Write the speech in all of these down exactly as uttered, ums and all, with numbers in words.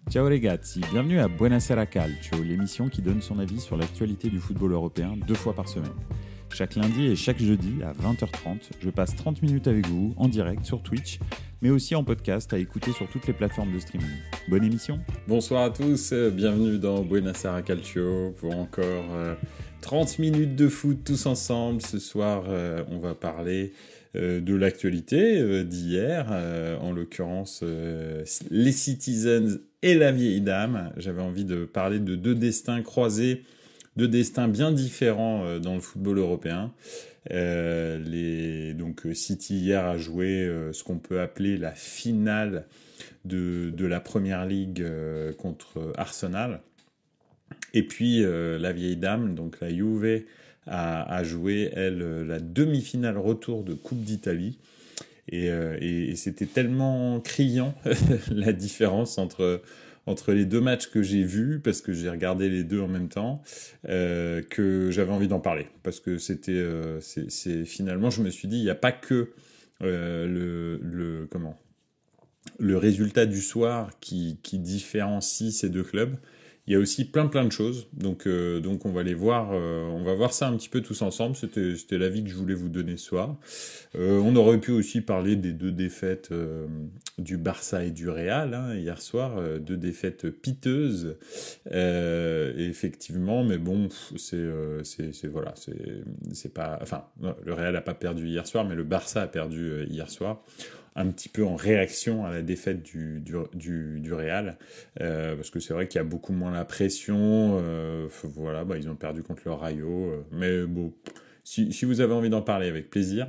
Ciao ragazzi, bienvenue à Buonasera Calcio, l'émission qui donne son avis sur l'actualité du football européen deux fois par semaine. Chaque lundi et chaque jeudi à vingt heures trente, je passe trente minutes avec vous en direct sur Twitch, mais aussi en podcast à écouter sur toutes les plateformes de streaming. Bonne émission. Bonsoir à tous, bienvenue dans Buonasera Calcio pour encore euh, trente minutes de foot tous ensemble. Ce soir, euh, on va parler euh, de l'actualité euh, d'hier, euh, en l'occurrence euh, les Citizens et la vieille dame. J'avais envie de parler de deux destins croisés, deux destins bien différents euh, dans le football européen. Euh, les, donc City hier a joué euh, ce qu'on peut appeler la finale de, de la Première Ligue euh, contre Arsenal. Et puis euh, la vieille dame, donc la Juve, a, a joué, elle, la demi-finale retour de Coupe d'Italie. Et, euh, et, et c'était tellement criant la différence entre... entre les deux matchs que j'ai vus, parce que j'ai regardé les deux en même temps, euh, que j'avais envie d'en parler. Parce que c'était, euh, c'est, c'est finalement, je me suis dit, il n'y a pas que euh, le, le, comment, le résultat du soir qui, qui différencie ces deux clubs. Il y a aussi plein plein de choses, donc euh, donc on va les voir, euh, on va voir ça un petit peu tous ensemble. C'était c'était l'avis que je voulais vous donner ce soir. Euh, on aurait pu aussi parler des deux défaites euh, du Barça et du Real hein, hier soir, euh, deux défaites piteuses, euh, effectivement. Mais bon, c'est euh, c'est c'est voilà, c'est c'est pas, enfin le Real a pas perdu hier soir, mais le Barça a perdu euh, hier soir. Un petit peu en réaction à la défaite du, du, du, du Real, euh, parce que c'est vrai qu'il y a beaucoup moins la pression, euh, voilà, bah, ils ont perdu contre le Rayo, euh, mais bon, si, si vous avez envie d'en parler avec plaisir,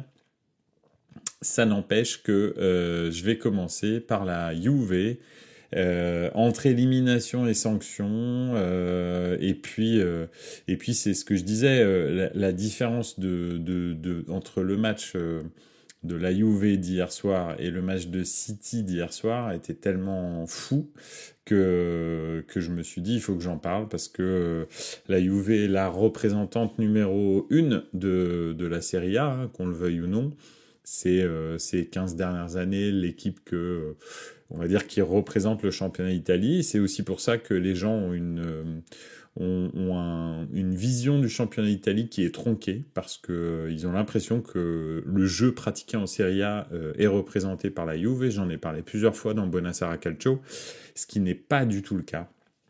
ça n'empêche que euh, je vais commencer par la Juve, euh, entre élimination et sanctions, euh, et puis euh, et puis c'est ce que je disais, euh, la, la différence de, de, de, entre le match... Euh, de la Juve d'hier soir et le match de City d'hier soir était tellement fou que, que je me suis dit il faut que j'en parle parce que la Juve est la représentante numéro une de, de la Serie A, hein, qu'on le veuille ou non. C'est euh, ces quinze dernières années l'équipe que, on va dire, qui représente le championnat d'Italie. C'est aussi pour ça que les gens ont une... Euh, ont, ont un, une vision du championnat d'Italie qui est tronquée parce que euh, ils ont l'impression que le jeu pratiqué en Serie A euh, est représenté par la Juve. J'en ai parlé plusieurs fois dans Buonasera Calcio, ce qui n'est pas du tout le cas.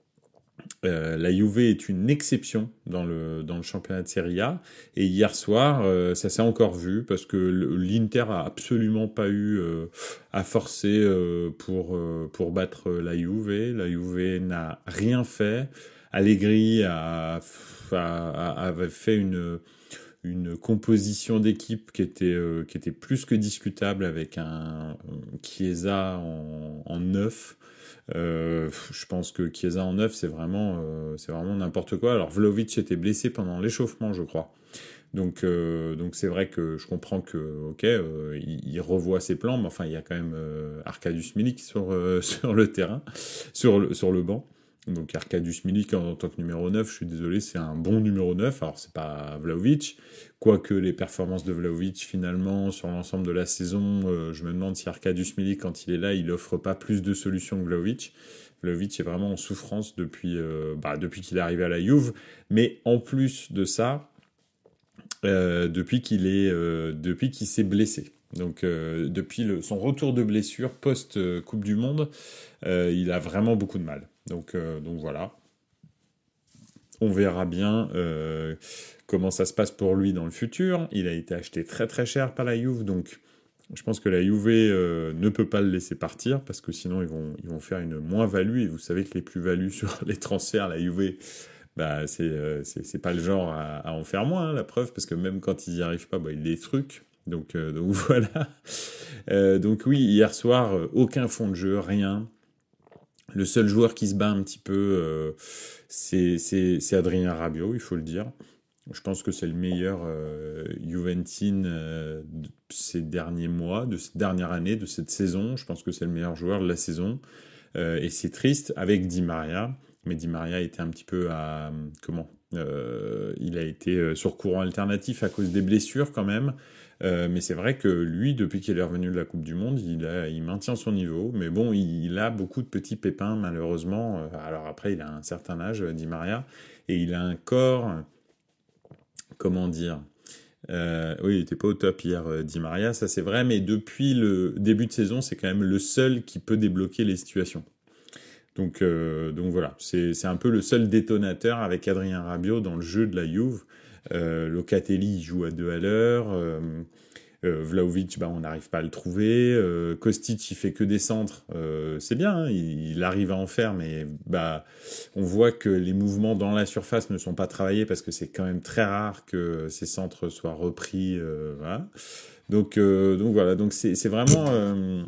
Euh, la Juve est une exception dans le dans le championnat de Serie A et hier soir euh, ça s'est encore vu parce que l'Inter a absolument pas eu euh, à forcer euh, pour euh, pour battre la Juve. La Juve n'a rien fait. Allegri a, a, avait fait une, une composition d'équipe qui était, euh, qui était plus que discutable avec un Chiesa en, en neuf. Euh, je pense que Chiesa en neuf, c'est vraiment, euh, c'est vraiment n'importe quoi. Alors Vlahovic était blessé pendant l'échauffement, je crois. Donc, euh, donc c'est vrai que je comprends que, ok, euh, il, il revoit ses plans, mais enfin, il y a quand même euh, Arkadiusz Milik sur, euh, sur le terrain, sur le, sur le banc. Donc Arkadiusz Milik en, en tant que numéro neuf, je suis désolé, c'est un bon numéro neuf. Alors c'est pas Vlahovic, quoique les performances de Vlahovic finalement sur l'ensemble de la saison, euh, je me demande si Arkadiusz Milik quand il est là, il offre pas plus de solutions que Vlahovic. Vlahovic est vraiment en souffrance depuis, euh, bah, depuis qu'il est arrivé à la Juve, mais en plus de ça, euh, depuis qu'il est, euh, depuis qu'il s'est blessé. Donc euh, depuis le, son retour de blessure post euh, Coupe du Monde, euh, il a vraiment beaucoup de mal. Donc, euh, donc voilà, on verra bien euh, comment ça se passe pour lui dans le futur. Il a été acheté très très cher par la Juve, donc je pense que la Juve euh, ne peut pas le laisser partir parce que sinon ils vont, ils vont faire une moins-value. Et vous savez que les plus-values sur les transferts, la Juve, bah, c'est, euh, c'est, c'est pas le genre à, à en faire moins, hein, la preuve, parce que même quand ils n'y arrivent pas, bah, ils les truquent. Donc, euh, donc voilà. Euh, donc oui, hier soir, euh, aucun fond de jeu, rien. Le seul joueur qui se bat un petit peu, euh, c'est, c'est, c'est Adrien Rabiot, il faut le dire. Je pense que c'est le meilleur euh, Juventine euh, de ces derniers mois, de cette dernière année, de cette saison. Je pense que c'est le meilleur joueur de la saison. Euh, et c'est triste avec Di Maria. Mais Di Maria était un petit peu à, comment, Euh, il a été sur courant alternatif à cause des blessures quand même. Euh, mais c'est vrai que lui, depuis qu'il est revenu de la Coupe du Monde, il, a, il maintient son niveau. Mais bon, il, il a beaucoup de petits pépins, malheureusement. Alors après, il a un certain âge, Di Maria, et il a un corps... Comment dire euh, oui, il était pas au top hier, euh, Di Maria, ça c'est vrai, mais depuis le début de saison, c'est quand même le seul qui peut débloquer les situations. Donc, euh, donc voilà, c'est, c'est un peu le seul détonateur avec Adrien Rabiot dans le jeu de la Juve. Euh, Locatelli joue à deux à l'heure. Euh, euh, Vlahovic, bah, on n'arrive pas à le trouver. Euh, Kostic, il fait que des centres. Euh, c'est bien, hein, il, il arrive à en faire, mais bah, on voit que les mouvements dans la surface ne sont pas travaillés parce que c'est quand même très rare que ces centres soient repris. Euh, voilà. Donc, euh, donc voilà, donc c'est, c'est vraiment... Euh,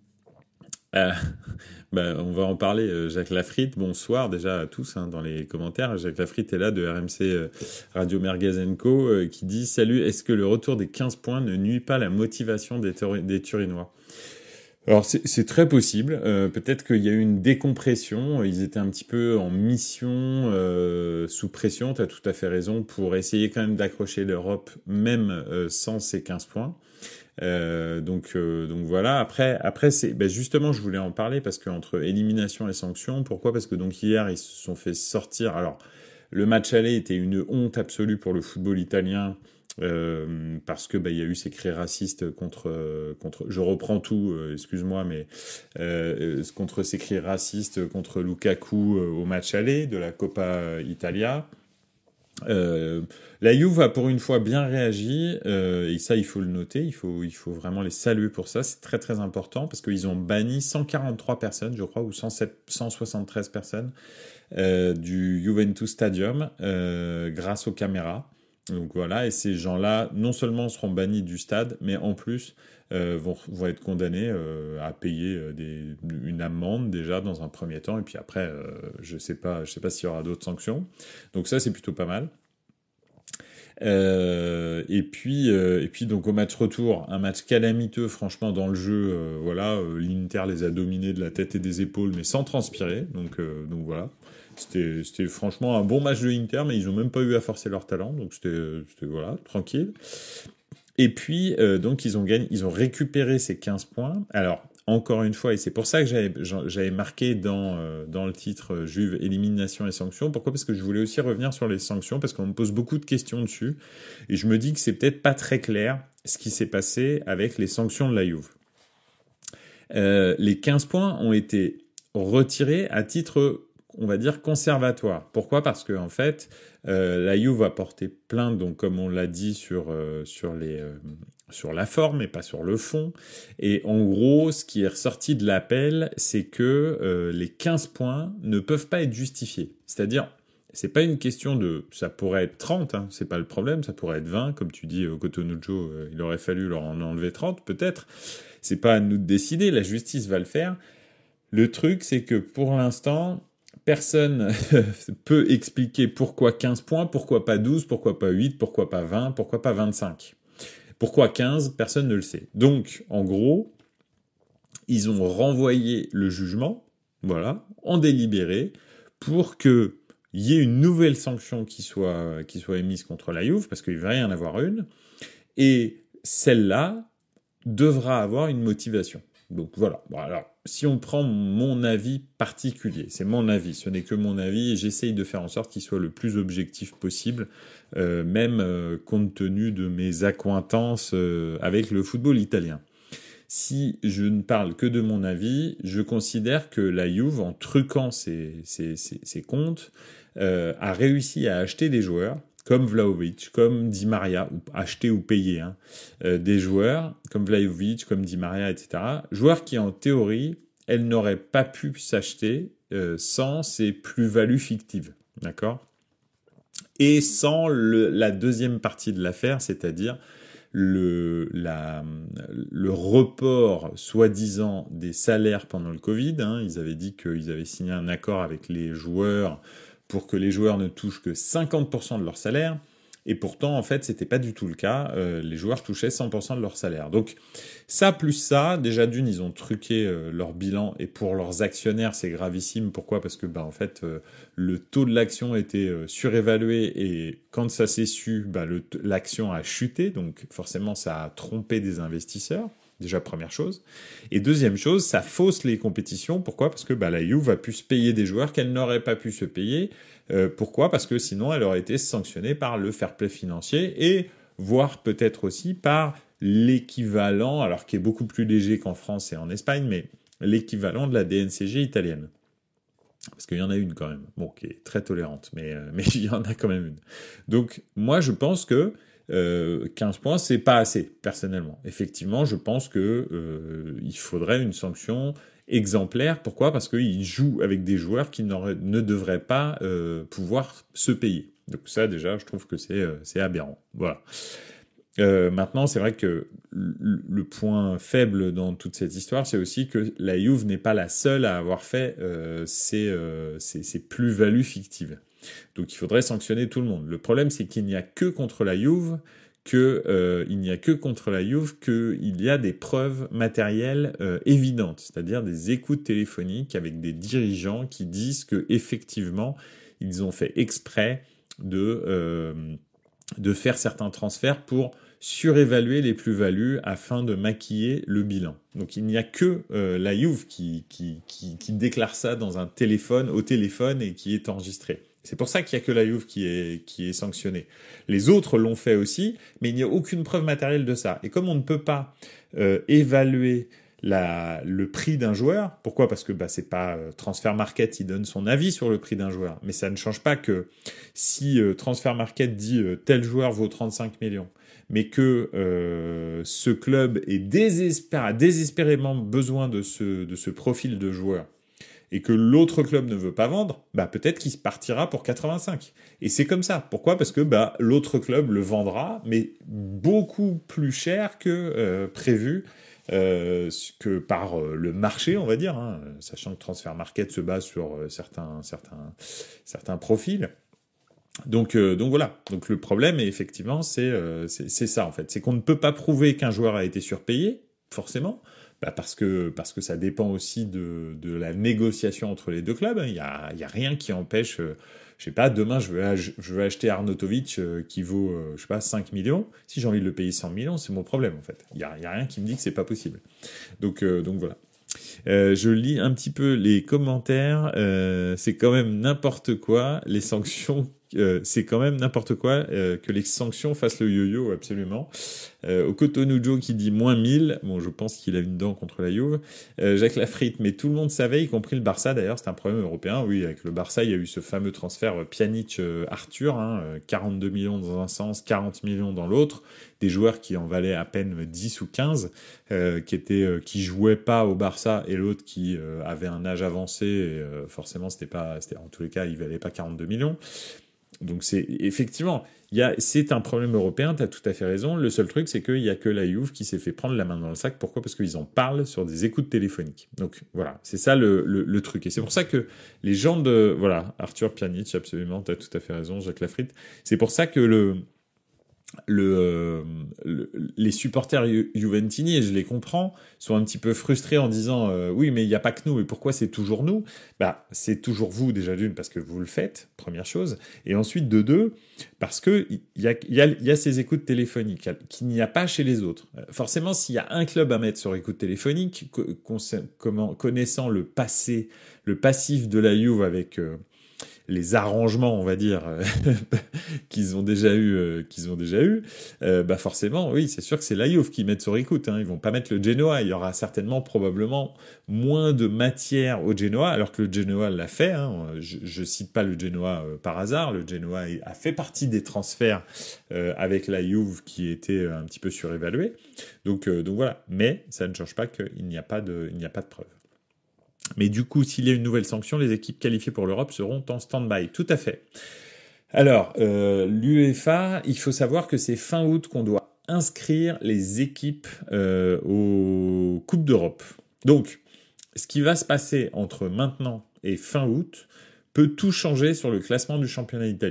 euh, bah, on va en parler. Euh, Jacques Lafritte, bonsoir déjà à tous hein, dans les commentaires. Jacques Lafritte est là de R M C euh, Radio Merguez and Co euh, qui dit « Salut, est-ce que le retour des quinze points ne nuit pas la motivation des, Tur- des Turinois ?» Alors c'est, c'est très possible. Euh, peut-être qu'il y a eu une décompression. Ils étaient un petit peu en mission, euh, sous pression. Tu as tout à fait raison pour essayer quand même d'accrocher l'Europe même euh, sans ces quinze points. Euh, donc, euh, donc voilà. Après, après c'est ben justement, je voulais en parler parce que entre élimination et sanctions, pourquoi ? Parce que donc hier ils se sont fait sortir. Alors, le match aller était une honte absolue pour le football italien euh, parce que ben il y a eu ces cris racistes contre contre. Je reprends tout, euh, excuse-moi, mais euh, contre ces cris racistes contre Lukaku euh, au match aller de la Coppa Italia. Euh, la Juve a pour une fois bien réagi euh, et ça il faut le noter, il faut il faut vraiment les saluer pour ça, c'est très très important parce qu'ils ont banni cent quarante-trois personnes, je crois, ou cent soixante-treize personnes euh, du Juventus Stadium euh, grâce aux caméras. Donc voilà, et ces gens-là non seulement seront bannis du stade, mais en plus euh, vont vont être condamnés euh, à payer euh, des une amende déjà dans un premier temps, et puis après euh, je sais pas je sais pas s'il y aura d'autres sanctions. Donc ça c'est plutôt pas mal. Euh, et puis euh, et puis donc au match retour, un match calamiteux franchement dans le jeu. Euh, voilà, euh, l'Inter les a dominés de la tête et des épaules, mais sans transpirer. Donc euh, donc voilà. C'était, c'était franchement un bon match de l'Inter, mais ils ont même pas eu à forcer leur talent, donc c'était, c'était voilà, tranquille. Et puis, euh, donc, ils ont gagné, ils ont récupéré ces quinze points. Alors, encore une fois, et c'est pour ça que j'avais, j'avais marqué dans, euh, dans le titre euh, Juve, élimination et sanctions. Pourquoi ? Parce que je voulais aussi revenir sur les sanctions, parce qu'on me pose beaucoup de questions dessus. Et je me dis que c'est peut-être pas très clair ce qui s'est passé avec les sanctions de la Juve. Euh, les quinze points ont été retirés à titre, on va dire, conservatoire. Pourquoi ? Parce que en fait, euh, la Juve a porté plainte, donc comme on l'a dit sur euh, sur les euh, sur la forme et pas sur le fond. Et en gros, ce qui est ressorti de l'appel, c'est que euh, les quinze points ne peuvent pas être justifiés. C'est-à-dire, c'est pas une question de, ça pourrait être trente, hein, c'est pas le problème, ça pourrait être vingt, comme tu dis, au Cotonou-Joe, euh, il aurait fallu leur en enlever trente, peut-être. C'est pas à nous de décider, la justice va le faire. Le truc, c'est que pour l'instant, personne peut expliquer pourquoi quinze points, pourquoi pas douze, pourquoi pas huit, pourquoi pas vingt, pourquoi pas vingt-cinq. Pourquoi quinze, personne ne le sait. Donc, en gros, ils ont renvoyé le jugement, voilà, en délibéré, pour que il y ait une nouvelle sanction qui soit, qui soit émise contre la Juve, parce qu'il va y en avoir une, et celle-là devra avoir une motivation. Donc voilà. Bon, alors, si on prend mon avis particulier, c'est mon avis, ce n'est que mon avis, et j'essaye de faire en sorte qu'il soit le plus objectif possible, euh, même euh, compte tenu de mes accointances euh, avec le football italien. Si je ne parle que de mon avis, je considère que la Juve, en truquant ses, ses, ses, ses comptes, euh, a réussi à acheter des joueurs comme Vlahovic, comme Di Maria, ou acheter ou payer, hein, euh, des joueurs comme Vlahovic, comme Di Maria, et cetera. Joueurs qui, en théorie, elles n'auraient pas pu s'acheter euh, sans ces plus-values fictives, d'accord ? Et sans le, la deuxième partie de l'affaire, c'est-à-dire le, la, le report soi-disant des salaires pendant le Covid. Hein. Ils avaient dit qu'ils avaient signé un accord avec les joueurs pour que les joueurs ne touchent que cinquante pour cent de leur salaire. Et pourtant, en fait, c'était pas du tout le cas. Euh, les joueurs touchaient cent pour cent de leur salaire. Donc, ça plus ça, déjà d'une, ils ont truqué euh, leur bilan. Et pour leurs actionnaires, c'est gravissime. Pourquoi ? Parce que, bah, en fait, euh, le taux de l'action était euh, surévalué. Et quand ça s'est su, bah, le, l'action a chuté. Donc, forcément, ça a trompé des investisseurs. Déjà, première chose. Et deuxième chose, ça fausse les compétitions. Pourquoi ? Parce que bah, la Juve a pu se payer des joueurs qu'elle n'aurait pas pu se payer. Euh, pourquoi ? Parce que sinon, elle aurait été sanctionnée par le fair play financier et voire peut-être aussi par l'équivalent, alors qui est beaucoup plus léger qu'en France et en Espagne, mais l'équivalent de la D N C G italienne. Parce qu'il y en a une quand même, bon, qui est très tolérante, mais, euh, mais il y en a quand même une. Donc, moi, je pense que Euh, quinze points, c'est pas assez, personnellement. Effectivement, je pense que euh, il faudrait une sanction exemplaire. Pourquoi ? Parce qu'ils jouent avec des joueurs qui ne devraient pas euh, pouvoir se payer. Donc ça, déjà, je trouve que c'est, euh, c'est aberrant. Voilà. Euh, maintenant, c'est vrai que le, le point faible dans toute cette histoire, c'est aussi que la Juve n'est pas la seule à avoir fait euh, ces, euh, ces, ces plus-values fictives. Donc il faudrait sanctionner tout le monde. Le problème, c'est qu'il n'y a que contre la Juve que euh, il n'y a que contre la Juve qu'il y a des preuves matérielles euh, évidentes, c'est-à-dire des écoutes téléphoniques avec des dirigeants qui disent que effectivement ils ont fait exprès de euh, de faire certains transferts pour surévaluer les plus-values afin de maquiller le bilan. Donc il n'y a que euh, la Juve qui, qui, qui, qui déclare ça dans un téléphone, au téléphone et qui est enregistré. C'est pour ça qu'il n'y a que la Juve qui est, qui est sanctionnée. Les autres l'ont fait aussi, mais il n'y a aucune preuve matérielle de ça. Et comme on ne peut pas euh, évaluer la, le prix d'un joueur, pourquoi ? Parce que bah, c'est pas euh, Transfer Market qui donne son avis sur le prix d'un joueur. Mais ça ne change pas que si euh, Transfer Market dit euh, tel joueur vaut trente-cinq millions, mais que euh, ce club est désespéré, a désespérément besoin de ce, de ce profil de joueur, et que l'autre club ne veut pas vendre, bah peut-être qu'il partira pour quatre-vingt-cinq. Et c'est comme ça. Pourquoi ? Parce que bah l'autre club le vendra, mais beaucoup plus cher que euh, prévu, euh, que par euh, le marché, on va dire, hein, sachant que Transfer Market se base sur euh, certains certains certains profils. Donc euh, donc voilà. Donc le problème, effectivement, c'est euh, c'est, c'est ça en fait, c'est qu'on ne peut pas prouver qu'un joueur a été surpayé, forcément. Bah parce que parce que ça dépend aussi de de la négociation entre les deux clubs. Il y a il y a rien qui empêche. Euh, je sais pas. Demain, je veux je veux acheter Arnautovic euh, qui vaut euh, je sais pas cinq millions. Si j'ai envie de le payer cent millions, c'est mon problème en fait. Il y a il y a rien qui me dit que c'est pas possible. Donc euh, donc voilà. Euh, je lis un petit peu les commentaires. Euh, c'est quand même n'importe quoi. Les sanctions, euh, c'est quand même n'importe quoi euh, que les sanctions fassent le yo-yo, absolument. Euh, au Cotonou qui dit moins mille. Bon, je pense qu'il a une dent contre la Juve. Euh, Jacques Lafritte, mais tout le monde savait, y compris le Barça d'ailleurs. C'est un problème européen. Oui, avec le Barça, il y a eu ce fameux transfert Pjanic-Arthur, hein, quarante-deux millions dans un sens, quarante millions dans l'autre. Des joueurs qui en valaient à peine dix ou quinze, euh, qui étaient, euh, qui jouaient pas au Barça, et l'autre qui euh, avait un âge avancé. Et, euh, forcément, c'était pas, c'était, en tous les cas, il valait pas quarante-deux millions. Donc c'est effectivement, il y a, c'est un problème européen, tu as tout à fait raison. Le seul truc, c'est qu'il y a que la Juve qui s'est fait prendre la main dans le sac. Pourquoi ? Parce qu'ils en parlent sur des écoutes téléphoniques. Donc voilà, c'est ça le, le, le truc. Et c'est pour ça que les gens de... Voilà, Arthur Pjanic, absolument, tu as tout à fait raison, Jacques Lafritte. C'est pour ça que le... Le, euh, le, les supporters Ju- Juventini, et je les comprends, sont un petit peu frustrés en disant euh, oui, mais il n'y a pas que nous, et pourquoi c'est toujours nous ? Bah, c'est toujours vous, déjà d'une, parce que vous le faites, première chose, et ensuite de deux, parce que il y a, y, a, y a ces écoutes téléphoniques qu'il n'y a pas chez les autres. Forcément, s'il y a un club à mettre sur écoute téléphonique, con, comment, connaissant le passé, le passif de la Juve avec... Euh, les arrangements, on va dire, qu'ils ont déjà eu, euh, qu'ils ont déjà eu, euh, bah forcément, oui, c'est sûr que c'est la Juve qui met sur écoute. Hein. Ils vont pas mettre le Genoa. Il y aura certainement, probablement, moins de matière au Genoa, alors que le Genoa l'a fait. Hein. Je, je cite pas le Genoa euh, par hasard. Le Genoa a fait partie des transferts euh, avec la Juve qui étaient un petit peu surévalués. Donc, euh, donc voilà. Mais ça ne change pas qu'il n'y a pas de, il n'y a pas de preuve. Mais du coup, s'il y a une nouvelle sanction, les équipes qualifiées pour l'Europe seront en stand-by. Tout à fait. Alors, euh, l'UEFA, il faut savoir que c'est fin août qu'on doit inscrire les équipes euh, aux Coupes d'Europe. Donc, ce qui va se passer entre maintenant et fin août peut tout changer sur le classement du championnat d'Italie.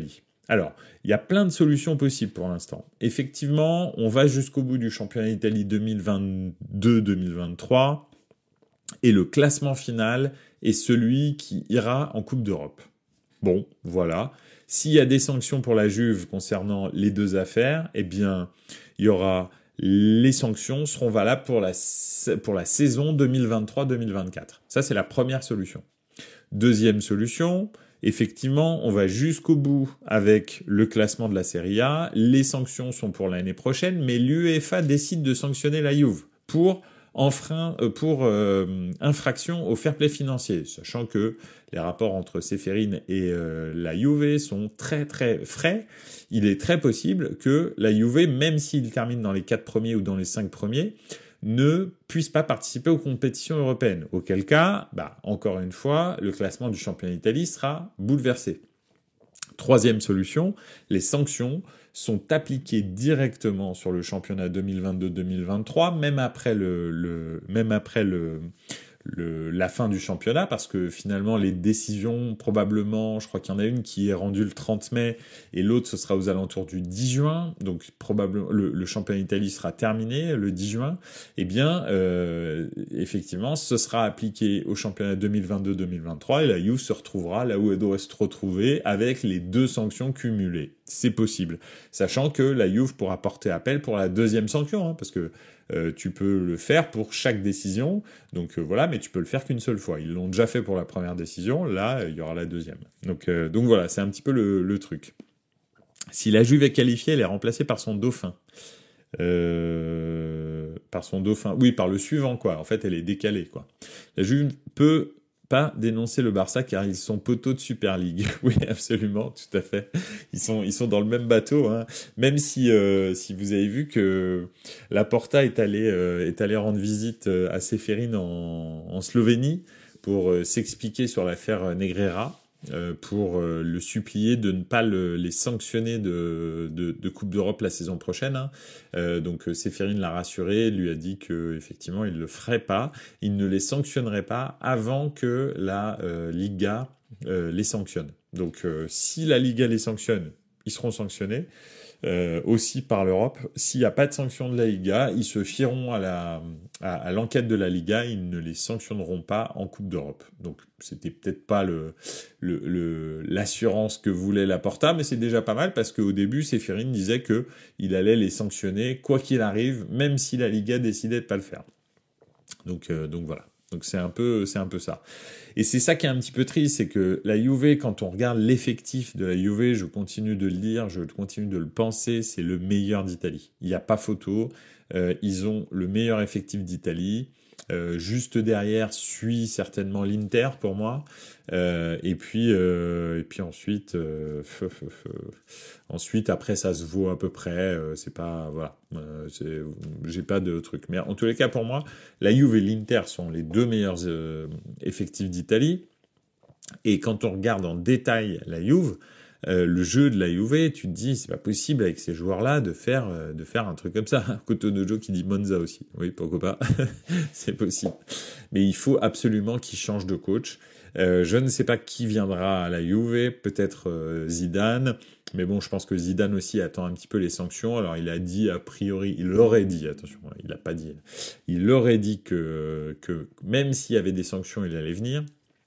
Alors, il y a plein de solutions possibles pour l'instant. Effectivement, on va jusqu'au bout du championnat d'Italie deux mille vingt-deux deux mille vingt-trois et le classement final est celui qui ira en Coupe d'Europe. Bon, voilà. S'il y a des sanctions pour la Juve concernant les deux affaires, eh bien, il y aura les sanctions seront valables pour la, pour la saison deux mille vingt-trois deux mille vingt-quatre. Ça, c'est la première solution. Deuxième solution, effectivement, on va jusqu'au bout avec le classement de la Serie A. Les sanctions sont pour l'année prochaine, mais l'UEFA décide de sanctionner la Juve pour enfreint, pour euh, infraction au fair play financier, sachant que les rapports entre Ceferin et euh, la Juve sont très très frais. Il est très possible que la Juve, même s'il termine dans les quatre premiers ou dans les cinq premiers, ne puisse pas participer aux compétitions européennes. Auquel cas, bah, encore une fois, le classement du championnat d'Italie sera bouleversé. Troisième solution, les sanctions sont appliquées directement sur le championnat deux mille vingt-deux deux mille vingt-trois, même après le, le même après le, le la fin du championnat, parce que finalement les décisions, probablement, je crois qu'il y en a une qui est rendue le trente mai et l'autre ce sera aux alentours du dix juin, donc probablement le, le championnat d'Italie sera terminé le dix juin. Eh bien, euh, effectivement, ce sera appliqué au championnat deux mille vingt-deux deux mille vingt-trois et la Juve se retrouvera là où elle doit se retrouver avec les deux sanctions cumulées. C'est possible, sachant que la Juve pourra porter appel pour la deuxième sanction, hein, parce que euh, tu peux le faire pour chaque décision, donc euh, voilà, mais tu peux le faire qu'une seule fois. Ils l'ont déjà fait pour la première décision, là, il y aura la deuxième. Donc, euh, donc voilà, c'est un petit peu le, le truc. Si la Juve est qualifiée, elle est remplacée par son dauphin. Euh, par son dauphin, oui, par le suivant, quoi. En fait, elle est décalée, quoi. La Juve peut pas dénoncer le Barça car ils sont poteaux de Super League. Oui, absolument, tout à fait. Ils sont ils sont dans le même bateau, hein. Même si euh, si vous avez vu que Laporta est allé euh, est allé rendre visite à Ceferin en, en Slovénie pour euh, s'expliquer sur l'affaire Negreira. Euh, pour euh, le supplier de ne pas le, les sanctionner de, de, de Coupe d'Europe la saison prochaine. Hein. Euh, donc euh, Ceferin l'a rassuré, lui a dit que effectivement il le ferait pas, il ne les sanctionnerait pas avant que la euh, Liga euh, les sanctionne. Donc euh, si la Liga les sanctionne, ils seront sanctionnés. Euh, aussi par l'Europe. S'il n'y a pas de sanction de la Liga, ils se fieront à la à, à l'enquête de la Liga, ils ne les sanctionneront pas en Coupe d'Europe. Donc c'était peut-être pas le, le, le l'assurance que voulait Laporta, mais c'est déjà pas mal parce qu'au début, Ceferin disait que il allait les sanctionner quoi qu'il arrive, même si la Liga décidait de pas le faire. Donc euh, donc voilà. Donc c'est un peu c'est un peu ça. Et c'est ça qui est un petit peu triste, c'est que la Juve, quand on regarde l'effectif de la Juve, je continue de le lire, je continue de le penser, c'est le meilleur d'Italie. Il n'y a pas photo. Euh, ils ont le meilleur effectif d'Italie. Euh, juste derrière suit certainement l'Inter pour moi. Euh, et puis euh, et puis ensuite euh, fe, fe, fe. ensuite après ça se vaut à peu près. Euh, c'est pas voilà. Euh, c'est, j'ai pas de truc. Mais en tous les cas pour moi, la Juve et l'Inter sont les deux meilleurs euh, effectifs d'Italie. Et quand on regarde en détail la Juve, Euh, le jeu de la Juve, tu te dis, c'est pas possible avec ces joueurs-là de faire euh, de faire un truc comme ça. Cotonojo qui dit Monza aussi. Oui, pourquoi pas. C'est possible. Mais il faut absolument qu'il change de coach. Euh, je ne sais pas qui viendra à la Juve, peut-être euh, Zidane. Mais bon, je pense que Zidane aussi attend un petit peu les sanctions. Alors, il a dit, a priori, il aurait dit, attention, il l'a pas dit, il aurait dit que, que même s'il y avait des sanctions, il allait venir.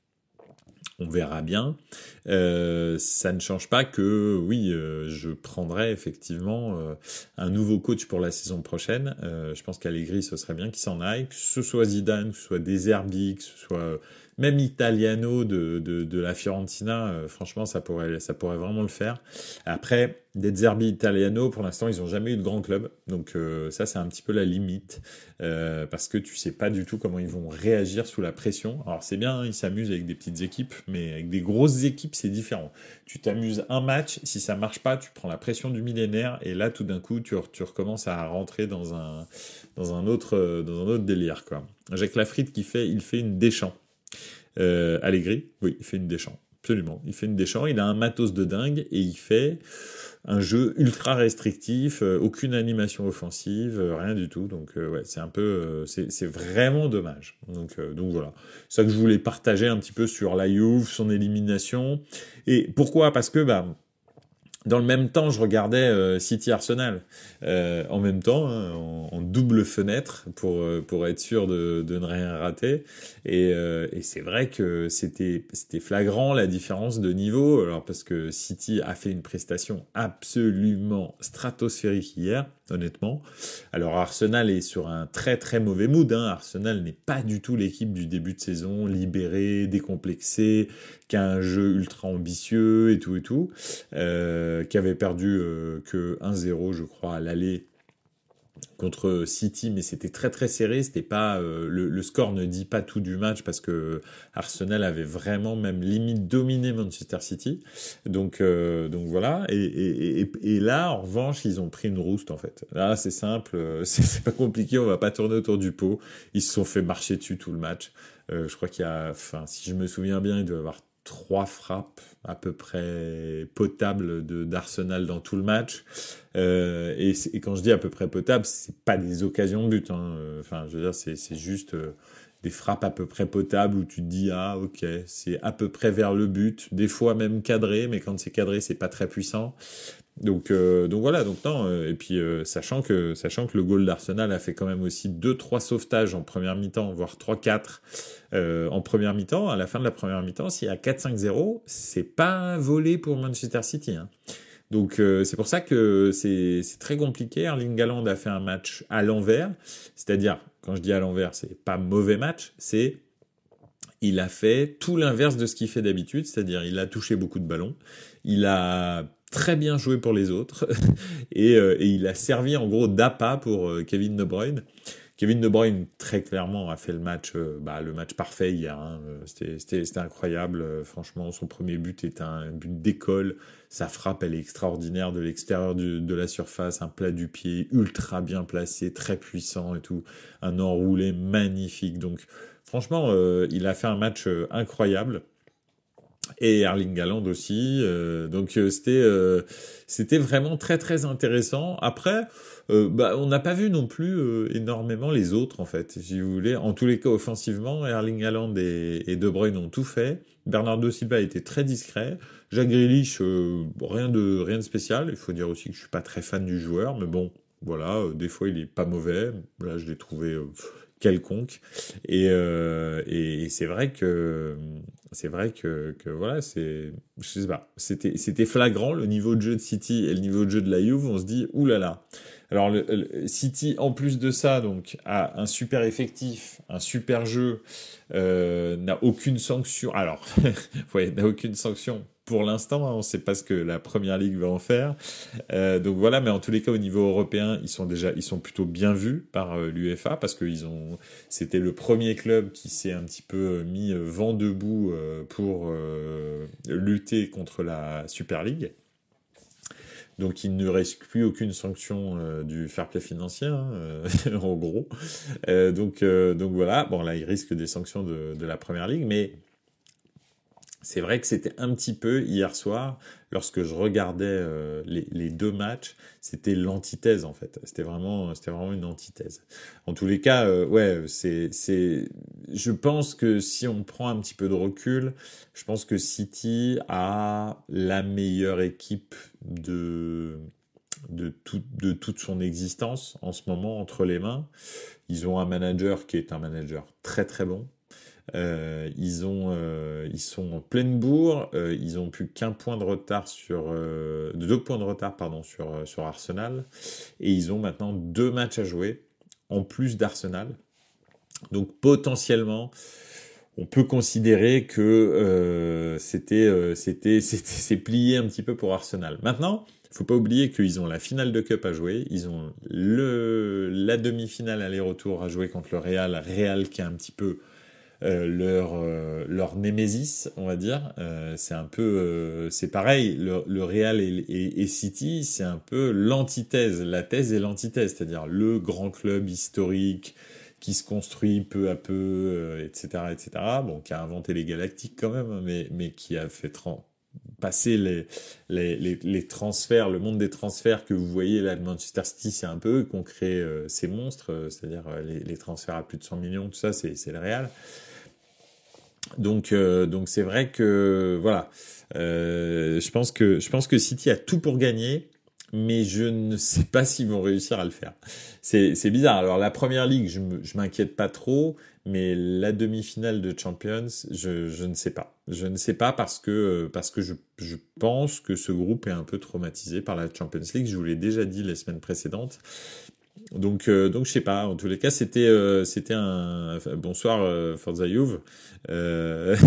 On verra bien. Euh, ça ne change pas que, oui, euh, je prendrais effectivement euh, un nouveau coach pour la saison prochaine. Euh, je pense qu'Allegri, ce serait bien qu'il s'en aille, que ce soit Zidane, que ce soit De Zerbi, que ce soit même Italiano de, de, de la Fiorentina. Euh, franchement, ça pourrait, ça pourrait vraiment le faire. Après, De Zerbi, Italiano, pour l'instant, ils n'ont jamais eu de grand club. Donc euh, ça, c'est un petit peu la limite. Euh, parce que tu sais pas du tout comment ils vont réagir sous la pression. Alors c'est bien, hein, ils s'amusent avec des petites équipes, mais avec des grosses équipes, c'est différent. Tu t'amuses un match, si ça marche pas, tu prends la pression du millénaire, et là, tout d'un coup, tu, tu recommences à rentrer dans un, dans un autre, dans un autre délire, quoi. Jacques Lafritte qui fait, il fait une Deschamps. Euh, Allegri, oui, il fait une Deschamps. Absolument. Il fait une Deschamps, il a un matos de dingue, et il fait un jeu ultra restrictif, euh, aucune animation offensive, euh, rien du tout. Donc euh, ouais, c'est un peu, euh, c'est, c'est vraiment dommage. Donc euh, donc voilà, c'est ça que je voulais partager un petit peu sur la Juve, son élimination. Et pourquoi ? Parce que bah Dans le même temps, je regardais euh, City Arsenal euh, en même temps, hein, en, en double fenêtre pour euh, pour être sûr de, de ne rien rater. Et, euh, et c'est vrai que c'était c'était flagrant la différence de niveau. Alors parce que City a fait une prestation absolument stratosphérique hier, honnêtement. Alors Arsenal est sur un très très mauvais mood. Hein. Arsenal n'est pas du tout l'équipe du début de saison, libérée, décomplexée, qui a un jeu ultra ambitieux et tout et tout. Euh, qui avait perdu euh, que un zéro, je crois, à l'aller contre City, mais c'était très très serré. C'était pas euh, le, le score ne dit pas tout du match parce que Arsenal avait vraiment même limite dominé Manchester City. Donc euh, donc voilà. Et, et, et, et là, en revanche, ils ont pris une rouste en fait. Là, c'est simple, c'est, c'est pas compliqué. On va pas tourner autour du pot. Ils se sont fait marcher dessus tout le match. Euh, je crois qu'il y a, enfin, si je me souviens bien, il doit y avoir trois frappes à peu près potables de d'Arsenal dans tout le match. Euh, et, et quand je dis à peu près potables, c'est pas des occasions de but. Hein. Enfin, je veux dire, c'est, c'est juste euh, des frappes à peu près potables où tu te dis ah ok, c'est à peu près vers le but. Des fois même cadré, mais quand c'est cadré, c'est pas très puissant. Donc euh, donc voilà, donc non euh, et puis euh, sachant que sachant que le goal d'Arsenal a fait quand même aussi deux trois sauvetages en première mi-temps, voire trois quatre euh, en première mi-temps, à la fin de la première mi-temps, s'il y a quatre cinq zéro, c'est pas un volé pour Manchester City hein. Donc euh, c'est pour ça que c'est c'est très compliqué. Erling Haaland a fait un match à l'envers, c'est-à-dire quand je dis à l'envers, c'est pas mauvais match, c'est il a fait tout l'inverse de ce qu'il fait d'habitude, c'est-à-dire il a touché beaucoup de ballons, il a très bien joué pour les autres et, euh, et il a servi en gros d'appât pour euh, Kevin De Bruyne. Kevin De Bruyne très clairement a fait le match, euh, bah, le match parfait hier. Hein. C'était, c'était, c'était incroyable. Euh, franchement, son premier but est un but d'école. Sa frappe, elle est extraordinaire de l'extérieur du, de la surface, un plat du pied ultra bien placé, très puissant et tout, un enroulé magnifique. Donc franchement, euh, il a fait un match euh, incroyable. Et Erling Haaland aussi, euh, donc euh, c'était euh, c'était vraiment très très intéressant. Après, euh, bah on n'a pas vu non plus euh, énormément les autres en fait, si vous voulez. En tous les cas, offensivement, Erling Haaland et, et De Bruyne ont tout fait. Bernardo Silva a été très discret. Jack Grealish, euh, rien de rien de spécial. Il faut dire aussi que je suis pas très fan du joueur, mais bon, voilà, euh, des fois il est pas mauvais. Là, je l'ai trouvé euh, quelconque. Et, euh, et, et c'est vrai que c'est vrai que, que voilà, c'est, je sais pas, c'était, c'était flagrant le niveau de jeu de City et le niveau de jeu de la Juve. On se dit, oulala. Alors le, le City, en plus de ça, donc a un super effectif, un super jeu, euh, n'a aucune sanction. Alors, ouais, n'a aucune sanction. Pour l'instant, hein, on ne sait pas ce que la Première Ligue va en faire. Euh, donc voilà, mais en tous les cas, au niveau européen, ils sont déjà, ils sont plutôt bien vus par euh, l'UEFA parce que ils ont, c'était le premier club qui s'est un petit peu mis euh, vent debout euh, pour euh, lutter contre la Super League. Donc il ne reste plus aucune sanction euh, du fair play financier, hein, euh, en gros. Euh, donc euh, donc voilà, bon là il risque des sanctions de, de la Première Ligue, mais c'est vrai que c'était un petit peu hier soir, lorsque je regardais euh, les, les deux matchs, c'était l'antithèse en fait. C'était vraiment, c'était vraiment une antithèse. En tous les cas, euh, ouais, c'est, c'est. Je pense que si on prend un petit peu de recul, je pense que City a la meilleure équipe de de tout, de toute son existence en ce moment entre les mains. Ils ont un manager qui est un manager très très bon. Euh, ils ont, euh, ils sont en pleine bourre. Euh, ils ont plus qu'un point de retard sur, euh, deux points de retard pardon sur sur Arsenal, et ils ont maintenant deux matchs à jouer en plus d'Arsenal. Donc potentiellement, on peut considérer que euh, c'était, euh, c'était, c'était, c'est plié un petit peu pour Arsenal. Maintenant, faut pas oublier qu'ils ont la finale de Cup à jouer, ils ont le la demi-finale aller-retour à jouer contre le Real, Real qui est un petit peu Euh, leur euh, leur némésis, on va dire. Euh, c'est un peu euh, c'est pareil, le, le Real et, et, et City, c'est un peu l'antithèse, la thèse et l'antithèse, c'est-à-dire le grand club historique qui se construit peu à peu, euh, et cetera, et cetera. Bon, qui a inventé les Galactiques quand même, mais mais qui a fait tra- passer les, les les les transferts, le monde des transferts que vous voyez là de Manchester City, c'est un peu eux qui ont créé euh, ces monstres, euh, c'est-à-dire euh, les, les transferts à plus de cent millions, tout ça, c'est c'est le Real. Donc, euh, donc c'est vrai que voilà, euh, je pense que je pense que City a tout pour gagner, mais je ne sais pas s'ils vont réussir à le faire. C'est c'est bizarre. Alors la première ligue, je me, je m'inquiète pas trop, mais la demi-finale de Champions, je je ne sais pas. Je ne sais pas parce que parce que je je pense que ce groupe est un peu traumatisé par la Champions League. Je vous l'ai déjà dit les semaines précédentes. Donc, euh, donc je sais pas. En tous les cas, c'était, euh, c'était un enfin, bonsoir euh, Forza Juve. Euh...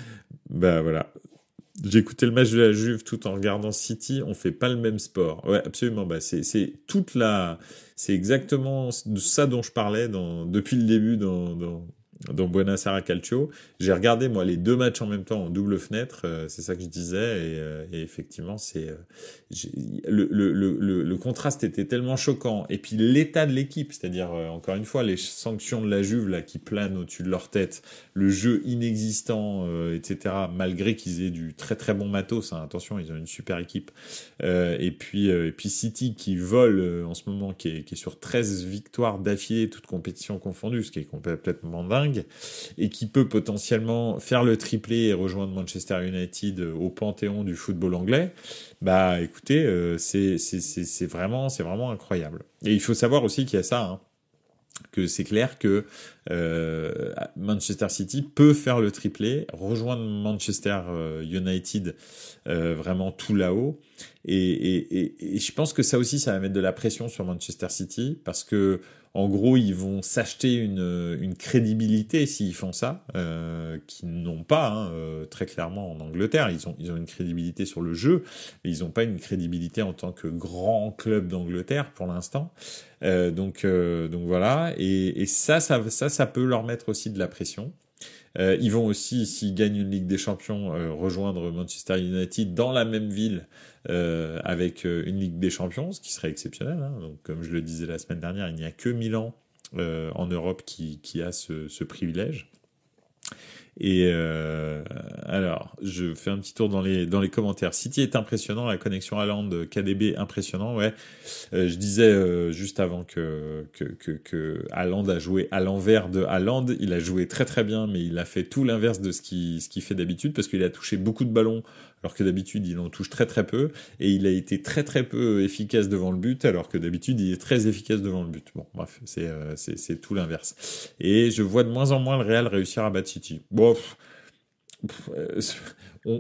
bah voilà. J'ai écouté le match de la Juve tout en regardant City. On fait pas le même sport. Ouais, absolument. Bah c'est, c'est toute la, c'est exactement de ça dont je parlais dans depuis le début dans dans dans Buonasera Calcio. J'ai regardé moi les deux matchs en même temps en double fenêtre. Euh, c'est ça que je disais et, euh, et effectivement c'est euh, j'ai, le, le le le le contraste était tellement choquant et puis l'état de l'équipe, c'est-à-dire euh, encore une fois les sanctions de la Juve là qui planent au-dessus de leur tête, le jeu inexistant, euh, et cetera. Malgré qu'ils aient du très très bon matos, hein, attention, ils ont une super équipe. Euh, et puis euh, et puis City qui vole euh, en ce moment, qui est qui est sur treize victoires d'affilée, toutes compétitions confondues, ce qui est complètement dingue, et qui peut potentiellement faire le triplé et rejoindre Manchester United au panthéon du football anglais. Bah écoutez, euh, c'est c'est c'est c'est vraiment c'est vraiment incroyable. Et il faut savoir aussi qu'il y a ça, hein, que c'est clair que euh, Manchester City peut faire le triplé, rejoindre Manchester United euh, vraiment tout là-haut. Et, et, et, et je pense que ça aussi, ça va mettre de la pression sur Manchester City parce que en gros, ils vont s'acheter une, une crédibilité s'ils font ça, euh, qu'ils n'ont pas, hein, euh, très clairement en Angleterre. Ils ont, ils ont une crédibilité sur le jeu, mais ils n'ont pas une crédibilité en tant que grand club d'Angleterre pour l'instant. Euh, donc, euh, donc voilà. Et, et ça, ça, ça, ça peut leur mettre aussi de la pression. Euh, ils vont aussi, s'ils gagnent une Ligue des Champions, euh, rejoindre Manchester United dans la même ville euh, avec euh, une Ligue des Champions, ce qui serait exceptionnel. Hein. Donc, comme je le disais la semaine dernière, il n'y a que Milan euh, en Europe qui, qui a ce, ce privilège. Et euh, alors, je fais un petit tour dans les dans les commentaires. City est impressionnant, la connexion Haaland K D B impressionnant, ouais. Euh, je disais euh, juste avant que que que que Haaland a joué à l'envers de Haaland, il a joué très très bien, mais il a fait tout l'inverse de ce qu'il ce qu'il fait d'habitude parce qu'il a touché beaucoup de ballons alors que d'habitude il en touche très très peu et il a été très très peu efficace devant le but alors que d'habitude il est très efficace devant le but. Bon, bref, c'est euh, c'est c'est tout l'inverse. Et je vois de moins en moins le Real réussir à battre City. Bon, pff, pff, euh, on,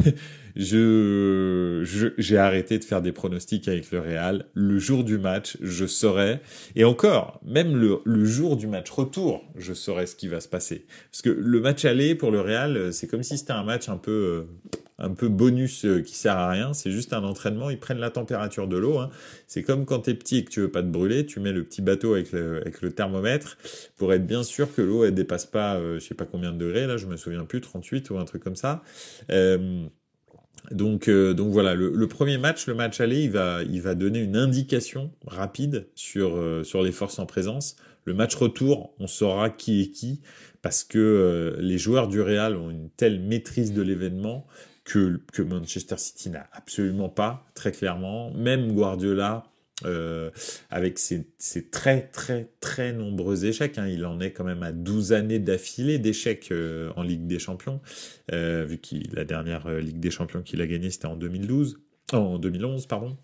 je, je j'ai arrêté de faire des pronostics avec le Real. Le jour du match, je saurais. Et encore, même le, le jour du match retour, je saurais ce qui va se passer. Parce que le match aller pour le Real, c'est comme si c'était un match un peu euh, un peu bonus euh, qui sert à rien. C'est juste un entraînement. Ils prennent la température de l'eau. Hein. C'est comme quand t'es petit et que tu veux pas te brûler, tu mets le petit bateau avec le, avec le thermomètre pour être bien sûr que l'eau elle dépasse pas, euh, je sais pas combien de degrés là, je me souviens plus, trente-huit ou un truc comme ça. Euh, Donc, euh, donc voilà, le, le premier match, le match aller, il va, il va donner une indication rapide sur euh, sur les forces en présence. Le match retour, on saura qui est qui parce que euh, les joueurs du Real ont une telle maîtrise de l'événement que que Manchester City n'a absolument pas, très clairement. Même Guardiola. Euh, avec ses, ses très très très nombreux échecs, hein. Il en est quand même à douze années d'affilée d'échecs euh, en Ligue des Champions, euh, vu que la dernière euh, Ligue des Champions qu'il a gagnée c'était en deux mille douze, oh, en deux mille onze pardon.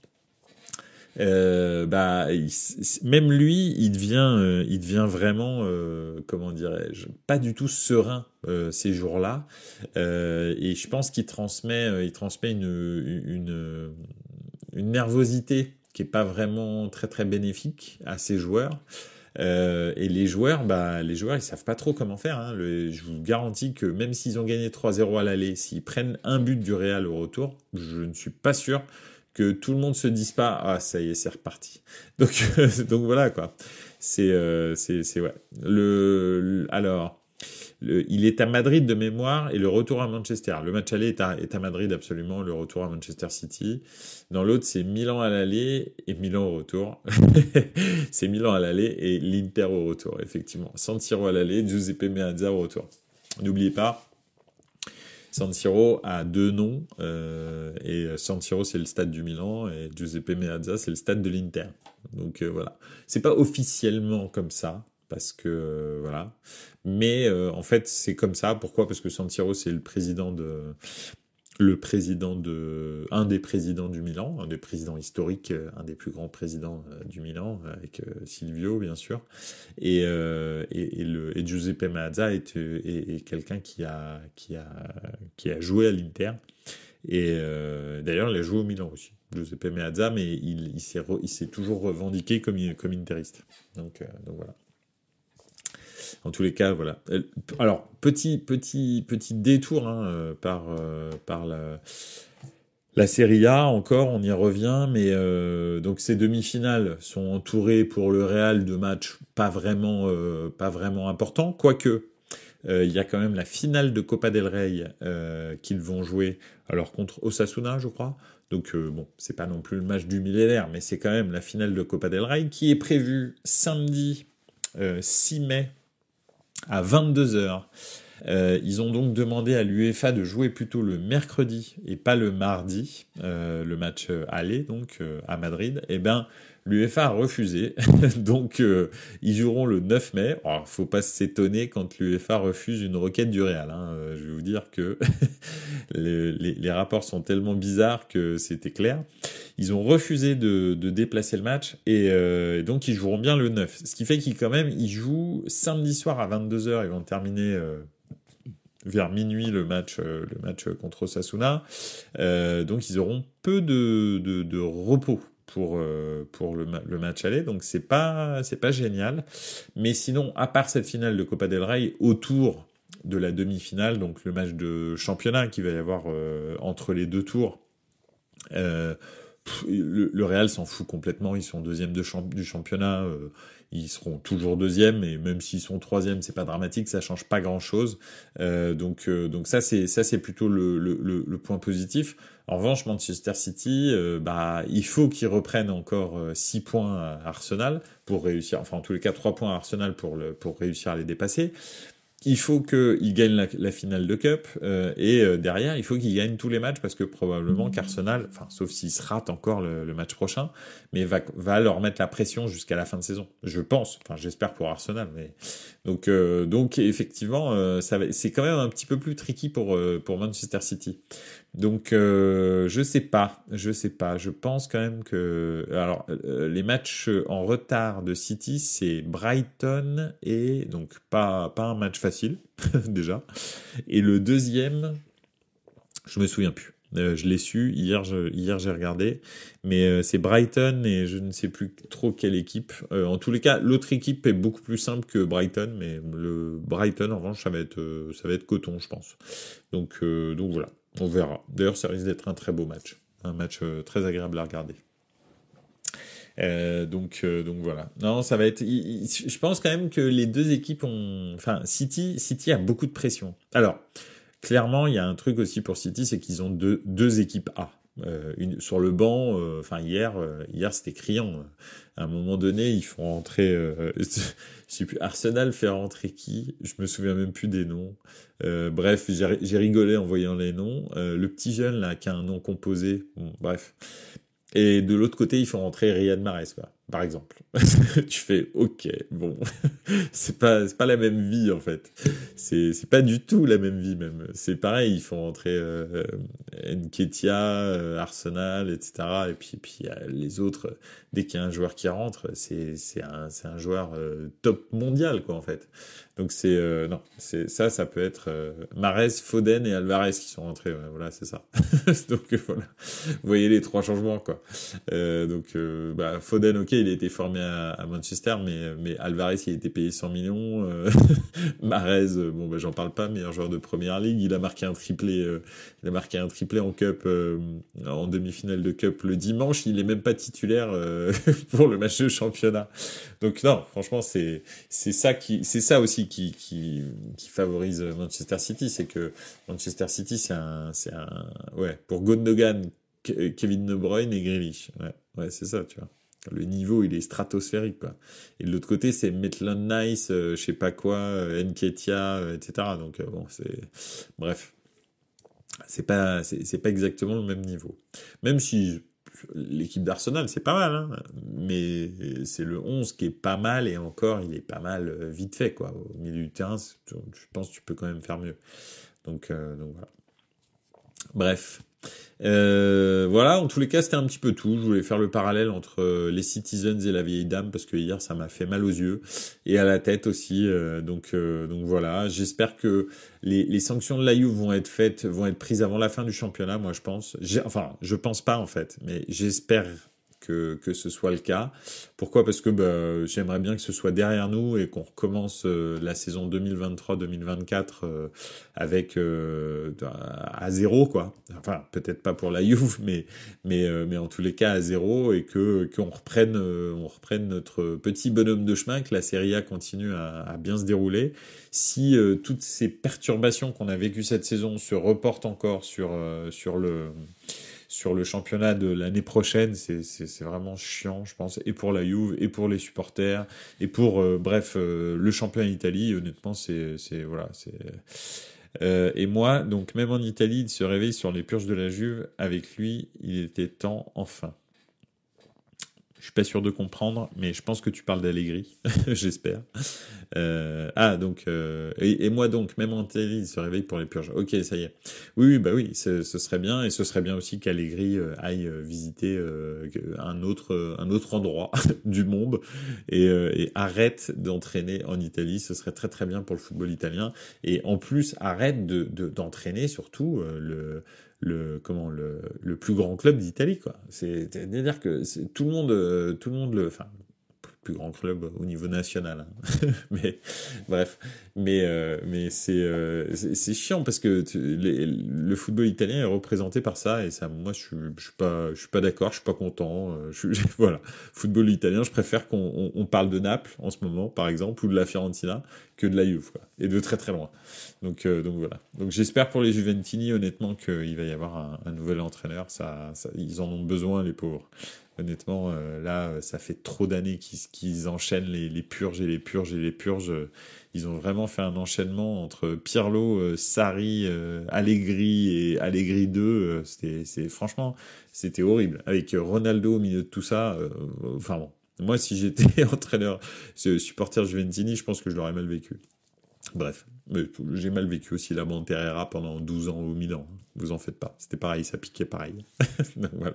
Euh, bah il, même lui il devient euh, il devient vraiment euh, comment dirais-je pas du tout serein euh, ces jours-là, euh, et je pense qu'il transmet euh, il transmet une une une nervosité qui est pas vraiment très très bénéfique à ces joueurs. Euh, et les joueurs, bah les joueurs ils savent pas trop comment faire. Hein. Le, je vous garantis que même s'ils ont gagné trois zéro à l'aller, s'ils prennent un but du Real au retour, je ne suis pas sûr que tout le monde se dise pas ah ça y est c'est reparti. Donc donc voilà quoi. C'est euh, c'est c'est ouais. Le, le alors. Le, il est à Madrid de mémoire et le retour à Manchester. Le match aller est à, est à Madrid absolument, le retour à Manchester City. Dans l'autre, c'est Milan à l'aller et Milan au retour. C'est Milan à l'aller et l'Inter au retour, effectivement. San Siro à l'aller, Giuseppe Meazza au retour. N'oubliez pas, San Siro a deux noms, euh, et San Siro c'est le stade du Milan et Giuseppe Meazza c'est le stade de l'Inter. Donc euh, voilà. C'est pas officiellement comme ça, parce que euh, voilà. Mais euh, en fait, c'est comme ça. Pourquoi? Parce que San Siro, c'est le président de le président de, un des présidents du Milan, un des présidents historiques, un des plus grands présidents du Milan, avec Silvio, bien sûr. Et, euh, et, et, le, et Giuseppe Meazza est, est, est quelqu'un qui a, qui, a, qui a joué à l'Inter. Et euh, d'ailleurs, il a joué au Milan aussi, Giuseppe Meazza, mais il, il, s'est, re, il s'est toujours revendiqué comme, comme interiste. Donc, euh, donc voilà. En tous les cas, voilà. Alors, petit, petit, petit détour hein, par, euh, par la, la Serie A, encore, on y revient, mais euh, donc ces demi-finales sont entourées pour le Real de matchs pas vraiment, euh, pas vraiment importants, quoique euh, il y a quand même la finale de Copa del Rey euh, qu'ils vont jouer, alors contre Osasuna, je crois. Donc euh, bon, c'est pas non plus le match du millénaire, mais c'est quand même la finale de Copa del Rey qui est prévue samedi euh, six mai à vingt-deux heures. Euh, ils ont donc demandé à l'UEFA de jouer plutôt le mercredi et pas le mardi, euh, le match aller donc euh, à Madrid. Et ben l'UEFA a refusé, donc euh, ils joueront le neuf mai. Alors faut pas s'étonner quand l'UEFA refuse une requête du Real. Hein. Euh, je vais vous dire que les, les, les rapports sont tellement bizarres que c'était clair. Ils ont refusé de, de déplacer le match et euh, donc ils joueront bien le neuf. Ce qui fait qu'ils quand même ils jouent samedi soir à vingt-deux heures. Ils vont terminer euh, vers minuit le match, euh, le match contre Osasuna. Euh, donc ils auront peu de, de, de repos pour euh, pour le, le match aller. Donc c'est pas c'est pas génial. Mais sinon, à part cette finale de Copa del Rey, autour de la demi-finale, donc le match de championnat qu'il va y avoir euh, entre les deux tours. Euh, Pff, le, le Real s'en fout complètement, ils sont deuxième de champ, du championnat, euh, ils seront toujours deuxième, et même s'ils sont troisième, c'est pas dramatique, ça change pas grand chose. Euh, donc, euh, donc ça c'est ça c'est plutôt le, le, le, le point positif. En revanche, Manchester City, euh, bah il faut qu'ils reprennent encore euh, six points à Arsenal pour réussir, enfin en tous les cas trois points à Arsenal pour le pour réussir à les dépasser. Il faut qu'il gagne la, la finale de Cup euh, et euh, derrière, il faut qu'il gagne tous les matchs parce que probablement qu'Arsenal, enfin sauf s'il se rate encore le, le match prochain, mais va, va leur mettre la pression jusqu'à la fin de saison. Je pense, enfin j'espère pour Arsenal. Mais donc euh, donc effectivement, euh, ça va, c'est quand même un petit peu plus tricky pour euh, pour Manchester City. Donc euh, je sais pas, je sais pas. Je pense quand même que alors euh, les matchs en retard de City, c'est Brighton et donc pas pas un match facile déjà. Et le deuxième, je me souviens plus. Euh, je l'ai su hier. Je, hier j'ai regardé, mais euh, c'est Brighton et je ne sais plus trop quelle équipe. Euh, en tous les cas, l'autre équipe est beaucoup plus simple que Brighton, mais le Brighton en revanche ça va être euh, ça va être coton, je pense. Donc euh, donc voilà. On verra. D'ailleurs, ça risque d'être un très beau match. Un match euh, très agréable à regarder. Euh, donc, euh, donc voilà. Non, ça va être... Il, il, je pense quand même que les deux équipes ont... Enfin, City, City a beaucoup de pression. Alors, clairement, il y a un truc aussi pour City, c'est qu'ils ont deux, deux équipes A. Euh, une, sur le banc, euh, enfin hier, euh, hier c'était criant. À un moment donné, ils font rentrer, euh, je sais plus, Arsenal fait rentrer qui? Je me souviens même plus des noms. Euh, bref, j'ai, j'ai rigolé en voyant les noms. Euh, le petit jeune là qui a un nom composé, bon, bref. Et de l'autre côté, ils font rentrer Riyad Mahrez, quoi, par exemple. Tu fais, ok, bon, c'est pas, c'est pas la même vie en fait. C'est, c'est pas du tout la même vie même. C'est pareil, ils font rentrer euh, Nketiah, euh, Arsenal, et cetera. Et puis, puis euh, les autres, dès qu'il y a un joueur qui rentre, c'est, c'est un, c'est un joueur euh, top mondial, quoi, en fait. Donc c'est, euh, non, c'est ça, ça peut être euh, Mahrez, Foden et Alvarez qui sont rentrés. Ouais, voilà, c'est ça. Donc euh, voilà, vous voyez les trois changements, quoi. Euh, donc euh, bah, Foden, ok, il a été formé à, à Manchester, mais mais Alvarez, il a été payé cent millions. Euh, Mahrez, euh, bon bah j'en parle pas, meilleur joueur de première ligue, il a marqué un triplé, euh, il a marqué un triplé en cup, euh, en demi-finale de cup le dimanche. Il est même pas titulaire euh, pour le match de championnat. Donc non, franchement, c'est c'est ça qui, c'est ça aussi qui qui qui favorise Manchester City, c'est que Manchester City, c'est un c'est un ouais pour Gundogan, Kevin De Bruyne et Grealish. Ouais, ouais, c'est ça, tu vois. Le niveau, il est stratosphérique, quoi. Et de l'autre côté, c'est Maitland-Nice, euh, je sais pas quoi, euh, Nketiah, euh, et cetera. Donc euh, bon, c'est bref, c'est pas c'est, c'est pas exactement le même niveau. Même si l'équipe d'Arsenal, c'est pas mal, hein, mais c'est le onze qui est pas mal, et encore, il est pas mal vite fait, quoi. Au milieu du terrain, je pense que tu peux quand même faire mieux. Donc, euh, donc voilà. Bref. Euh, voilà, en tous les cas, c'était un petit peu tout. Je voulais faire le parallèle entre les Citizens et la vieille dame, parce que hier, ça m'a fait mal aux yeux et à la tête aussi. Euh, donc, euh, donc voilà. J'espère que les, les sanctions de la Juve vont être faites, vont être prises avant la fin du championnat. Moi, je pense. J'ai, enfin, je pense pas en fait, mais j'espère que que ce soit le cas. Pourquoi ? Parce que bah, j'aimerais bien que ce soit derrière nous et qu'on recommence euh, la saison deux mille vingt-trois deux mille vingt-quatre euh, avec euh, à zéro, quoi. Enfin, peut-être pas pour la Juve, mais mais euh, mais en tous les cas à zéro, et que qu'on reprenne euh, on reprenne notre petit bonhomme de chemin, que la Serie A continue à, à bien se dérouler. Si euh, toutes ces perturbations qu'on a vécues cette saison se reportent encore sur euh, sur le sur le championnat de l'année prochaine, c'est, c'est, c'est vraiment chiant, je pense, et pour la Juve, et pour les supporters, et pour, euh, bref, euh, le championnat d'Italie, honnêtement, c'est, c'est, voilà, c'est... Euh, et moi, donc, même en Italie, il se réveille sur les purges de la Juve, avec lui, il était temps, enfin. Je suis pas sûr de comprendre, mais je pense que tu parles d'Allegri, j'espère. Euh, ah, donc, euh, et, et moi donc, même en télé, il se réveille pour les purges. Ok, ça y est. Oui, oui, bah oui, ce, ce serait bien, et ce serait bien aussi qu'Allegri euh, aille visiter euh, un autre, un autre endroit du monde, et, euh, et arrête d'entraîner en Italie. Ce serait très très bien pour le football italien, et en plus arrête de, de d'entraîner surtout euh, le le comment le le plus grand club d'Italie, quoi. C'est c'est-à-dire que c'est tout le monde euh, tout le monde le enfin plus grand club au niveau national, hein. mais bref, mais euh, mais c'est, euh, c'est c'est chiant parce que tu, les, le football italien est représenté par ça, et ça, moi je suis je suis pas je suis pas d'accord, je suis pas content, euh, je, je, voilà, football italien, je préfère qu'on on, on parle de Naples en ce moment par exemple, ou de la Fiorentina, que de la Juve, quoi, et de très très loin. Donc euh, donc voilà. Donc j'espère pour les Juventini honnêtement qu'il va y avoir un, un nouvel entraîneur, ça, ça ils en ont besoin, les pauvres. Honnêtement, euh, là, ça fait trop d'années qu'ils, qu'ils enchaînent les, les purges et les purges et les purges. Ils ont vraiment fait un enchaînement entre Pirlo, euh, Sarri, euh, Allegri et Allegri deux. Euh, c'était, c'est, franchement, c'était horrible. Avec Ronaldo au milieu de tout ça, euh, enfin bon. Moi, si j'étais entraîneur, supporter Juventini, je pense que je l'aurais mal vécu. Bref, mais j'ai mal vécu aussi la Monterrera pendant douze ans au Milan. Vous en faites pas. C'était pareil, ça piquait pareil. Donc voilà.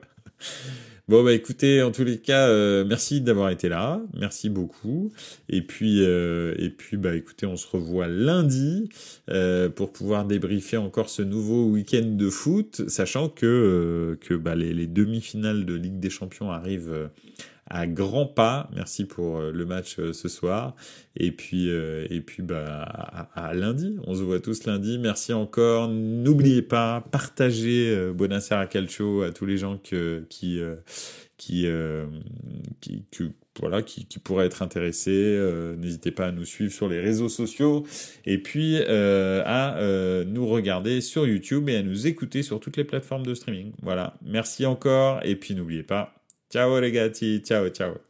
Bon bah écoutez, en tous les cas, euh, merci d'avoir été là, merci beaucoup. Et puis euh, et puis bah écoutez, on se revoit lundi euh, pour pouvoir débriefer encore ce nouveau week-end de foot, sachant que euh, que bah les, les demi-finales de Ligue des Champions arrivent euh, à grands pas. Merci pour euh, le match euh, ce soir. Et puis euh, et puis bah à, à lundi. On se voit tous lundi. Merci encore. N'oubliez pas, partagez euh, Buonasera Calcio à tous les gens que qui euh, qui euh, qui que voilà, qui, qui pourraient être intéressés. Euh, n'hésitez pas à nous suivre sur les réseaux sociaux, et puis euh, à euh, nous regarder sur YouTube et à nous écouter sur toutes les plateformes de streaming. Voilà. Merci encore, et puis n'oubliez pas. Ciao ragazzi, ciao ciao.